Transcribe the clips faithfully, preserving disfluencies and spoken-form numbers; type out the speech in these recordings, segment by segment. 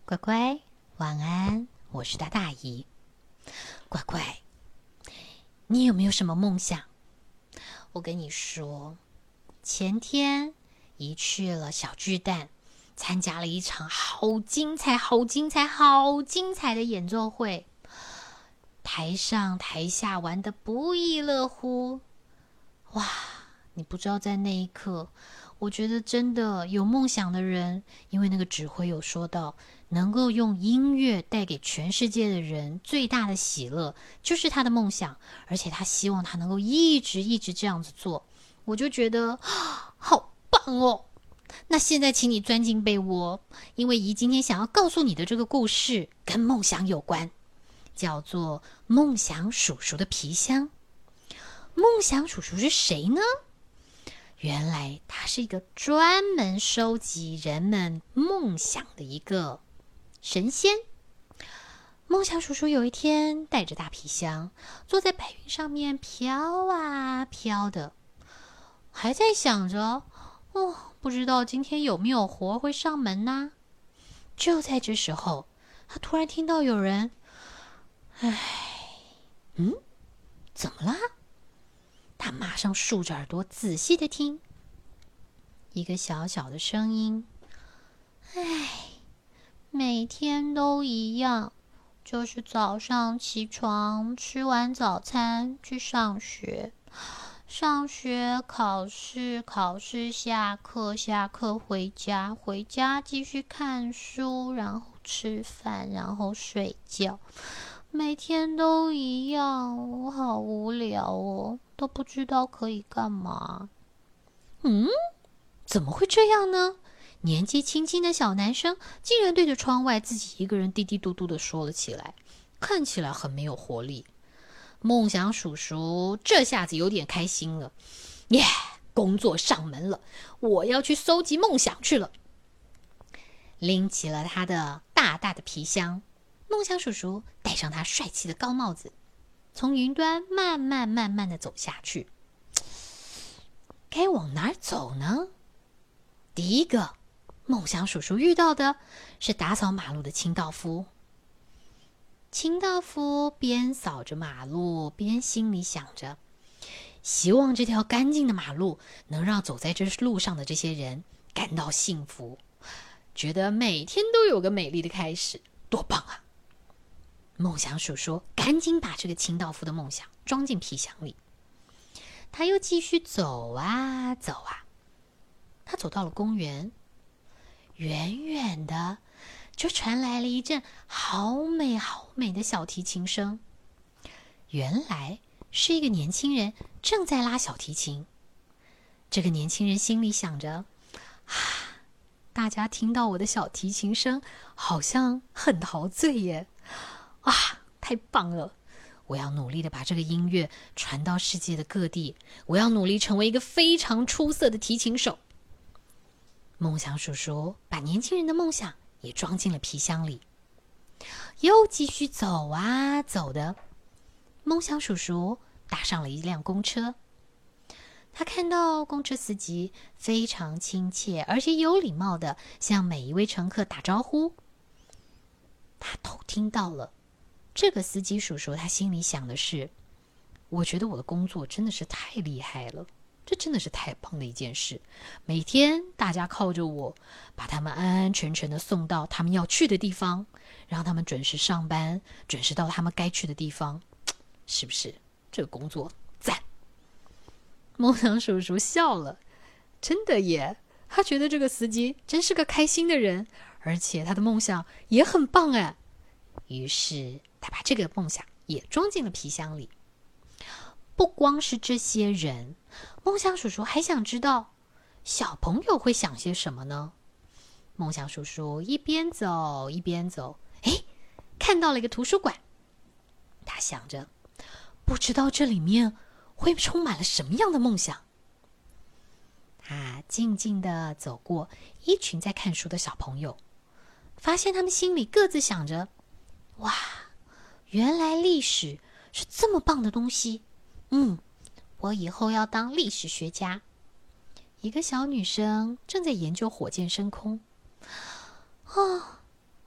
乖乖，晚安，我是大大姨。乖乖，你有没有什么梦想？我跟你说，前天姨去了小巨蛋，参加了一场好精彩、好精彩、好精彩的演奏会，台上台下玩得不亦乐乎。哇，你不知道在那一刻，我觉得真的有梦想的人，因为那个指挥有说到，能够用音乐带给全世界的人最大的喜乐，就是他的梦想，而且他希望他能够一直一直这样子做。我就觉得好棒哦。那现在请你钻进被窝，因为姨今天想要告诉你的这个故事跟梦想有关，叫做梦想叔叔的皮箱。梦想叔叔是谁呢？原来他是一个专门收集人们梦想的一个神仙。梦想叔叔有一天带着大皮箱，坐在白云上面飘啊飘的，还在想着，哦，不知道今天有没有活会上门呢？就在这时候，他突然听到有人，唉，嗯，怎么啦？他马上竖着耳朵仔细的听，一个小小的声音，唉，每天都一样，就是早上起床，吃完早餐去上学，上学考试，考试下课，下课回家，回家继续看书，然后吃饭，然后睡觉。每天都一样，我好无聊哦，都不知道可以干嘛。嗯，怎么会这样呢？年纪轻轻的小男生竟然对着窗外自己一个人嘀嘀嘟嘟的说了起来，看起来很没有活力。梦想叔叔这下子有点开心了，耶，工作上门了，我要去搜集梦想去了。拎起了他的大大的皮箱，梦想叔叔戴上他帅气的高帽子，从云端慢慢慢慢的走下去。该往哪儿走呢？第一个，梦想叔叔遇到的是打扫马路的清道夫。清道夫边扫着马路，边心里想着，希望这条干净的马路能让走在这路上的这些人感到幸福，觉得每天都有个美丽的开始，多棒啊！梦想叔叔赶紧把这个清道夫的梦想装进皮箱里。他又继续走啊走啊，他走到了公园，远远的就传来了一阵好美好美的小提琴声。原来是一个年轻人正在拉小提琴。这个年轻人心里想着，啊，大家听到我的小提琴声好像很陶醉耶，啊，太棒了，我要努力的把这个音乐传到世界的各地，我要努力成为一个非常出色的提琴手。梦想叔叔把年轻人的梦想也装进了皮箱里，又继续走啊走的。梦想叔叔搭上了一辆公车，他看到公车司机非常亲切而且有礼貌的向每一位乘客打招呼。他偷听到了，这个司机叔叔他心里想的是，我觉得我的工作真的是太厉害了，这真的是太棒的一件事，每天大家靠着我把他们安安全全的送到他们要去的地方，让他们准时上班，准时到他们该去的地方，是不是这个工作赞？梦想叔叔笑了，真的耶，他觉得这个司机真是个开心的人，而且他的梦想也很棒哎。于是他把这个梦想也装进了皮箱里。不光是这些人，梦想叔叔还想知道小朋友会想些什么呢？梦想叔叔一边走一边走，诶，看到了一个图书馆。他想着，不知道这里面会充满了什么样的梦想。他静静地走过一群在看书的小朋友，发现他们心里各自想着，哇，原来历史是这么棒的东西，嗯，我以后要当历史学家。一个小女生正在研究火箭升空。哦，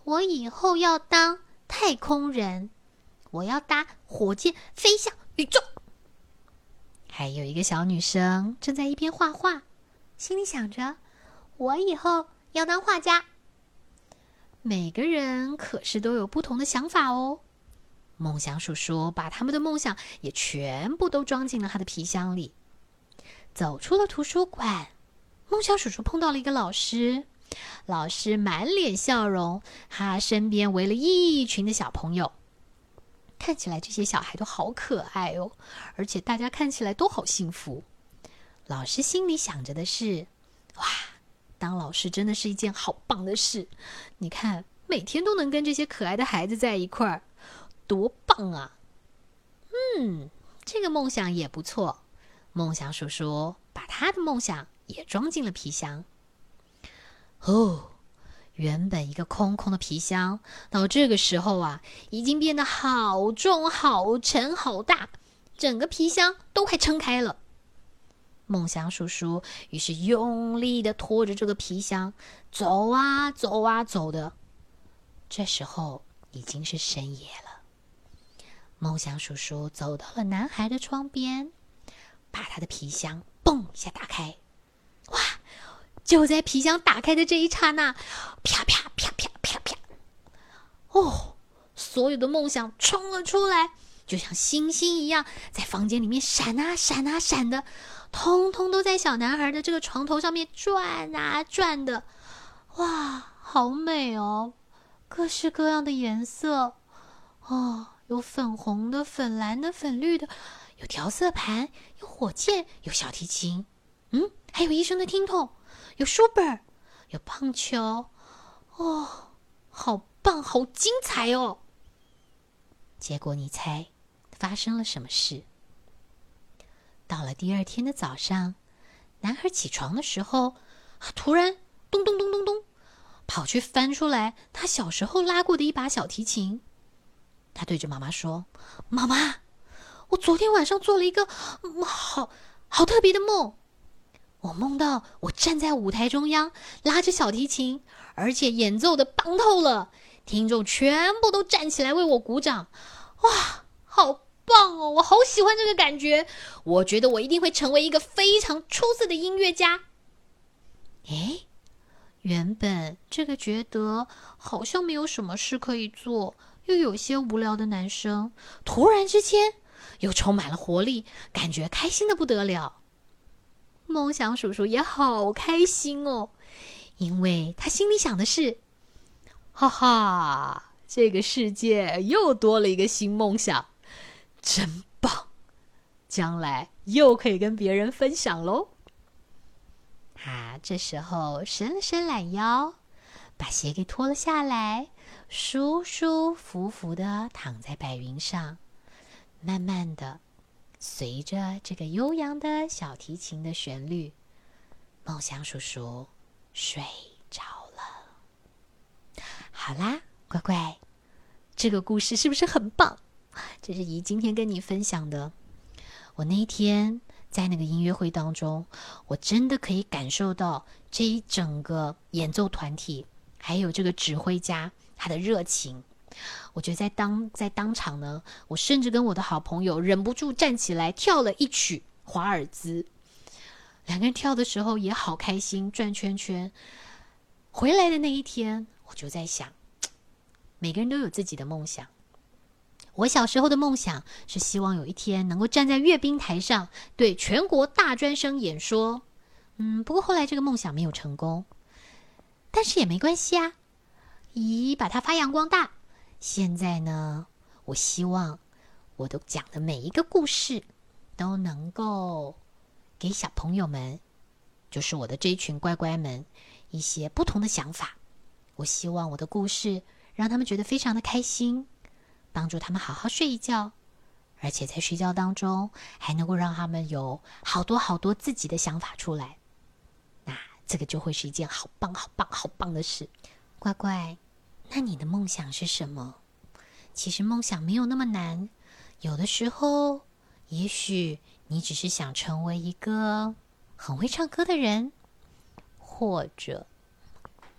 我以后要当太空人，我要搭火箭飞向宇宙。还有一个小女生正在一边画画，心里想着，我以后要当画家。每个人可是都有不同的想法哦。梦想叔叔把他们的梦想也全部都装进了他的皮箱里。走出了图书馆，梦想叔叔碰到了一个老师，老师满脸笑容，他身边围了一群的小朋友，看起来这些小孩都好可爱哦，而且大家看起来都好幸福。老师心里想着的是，哇，当老师真的是一件好棒的事，你看每天都能跟这些可爱的孩子在一块儿，多棒啊！嗯，这个梦想也不错。梦想叔叔把他的梦想也装进了皮箱。哦，原本一个空空的皮箱，到这个时候啊，已经变得好重、好沉、好大，整个皮箱都快撑开了。梦想叔叔于是用力地拖着这个皮箱，走啊走啊走的。这时候已经是深夜了。梦想叔叔走到了男孩的窗边，把他的皮箱嘣一下打开。哇！就在皮箱打开的这一刹那，啪啪啪啪啪啪，哦，所有的梦想冲了出来，就像星星一样，在房间里面闪啊闪啊闪的，通通都在小男孩的这个床头上面转啊转的。哇，好美哦！各式各样的颜色，哦，有粉红的、粉蓝的、粉绿的，有调色盘，有火箭，有小提琴，嗯，还有医生的听筒，有书本，有棒球，哦，好棒，好精彩哦！结果你猜发生了什么事？到了第二天的早上，男孩起床的时候，突然咚咚咚咚咚，跑去翻出来他小时候拉过的一把小提琴。他对着妈妈说：“妈妈，我昨天晚上做了一个、嗯、好好特别的梦。我梦到我站在舞台中央，拉着小提琴，而且演奏的棒透了，听众全部都站起来为我鼓掌。哇，好棒哦！我好喜欢这个感觉，我觉得我一定会成为一个非常出色的音乐家。”诶，原本这个觉得好像没有什么事可以做，又有些无聊的男生，突然之间又充满了活力，感觉开心的不得了。梦想叔叔也好开心哦，因为他心里想的是，哈哈，这个世界又多了一个新梦想，真棒，将来又可以跟别人分享咯。啊，这时候伸了伸懒腰，把鞋给脱了下来，舒舒服服的躺在白云上，慢慢的随着这个悠扬的小提琴的旋律，梦想叔叔睡着了。好啦，乖乖，这个故事是不是很棒？这是姨今天跟你分享的。我那一天在那个音乐会当中，我真的可以感受到这一整个演奏团体还有这个指挥家他的热情。我觉得在当在当场呢，我甚至跟我的好朋友忍不住站起来跳了一曲华尔兹，两个人跳的时候也好开心，转圈圈。回来的那一天，我就在想，每个人都有自己的梦想。我小时候的梦想是希望有一天能够站在阅兵台上对全国大专生演说，嗯，不过后来这个梦想没有成功，但是也没关系啊，咦，把它发扬光大。现在呢，我希望我都讲的每一个故事都能够给小朋友们，就是我的这一群乖乖们，一些不同的想法。我希望我的故事让他们觉得非常的开心，帮助他们好好睡一觉，而且在睡觉当中还能够让他们有好多好多自己的想法出来。那这个就会是一件好棒好棒好棒的事。乖乖，那你的梦想是什么？其实梦想没有那么难，有的时候也许你只是想成为一个很会唱歌的人，或者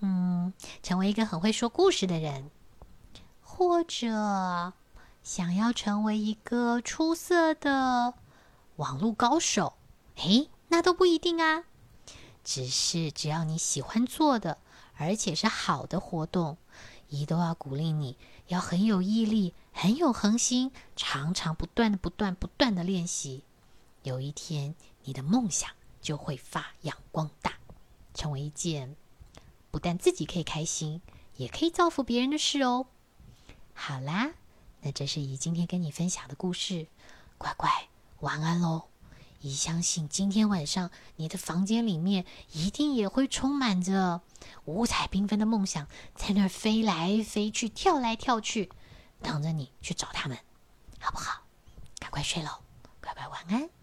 嗯，成为一个很会说故事的人，或者想要成为一个出色的网络高手，诶，那都不一定啊。只是只要你喜欢做的，而且是好的活动，姨都要鼓励你，要很有毅力，很有恒心，常常不断的、不断、不断的练习。有一天，你的梦想就会发扬光大，成为一件不但自己可以开心，也可以造福别人的事哦。好啦，那这是姨今天跟你分享的故事，乖乖，晚安喽。姨相信今天晚上你的房间里面一定也会充满着五彩缤纷的梦想，在那儿飞来飞去，跳来跳去，等着你去找他们，好不好？赶快睡喽，乖乖晚安。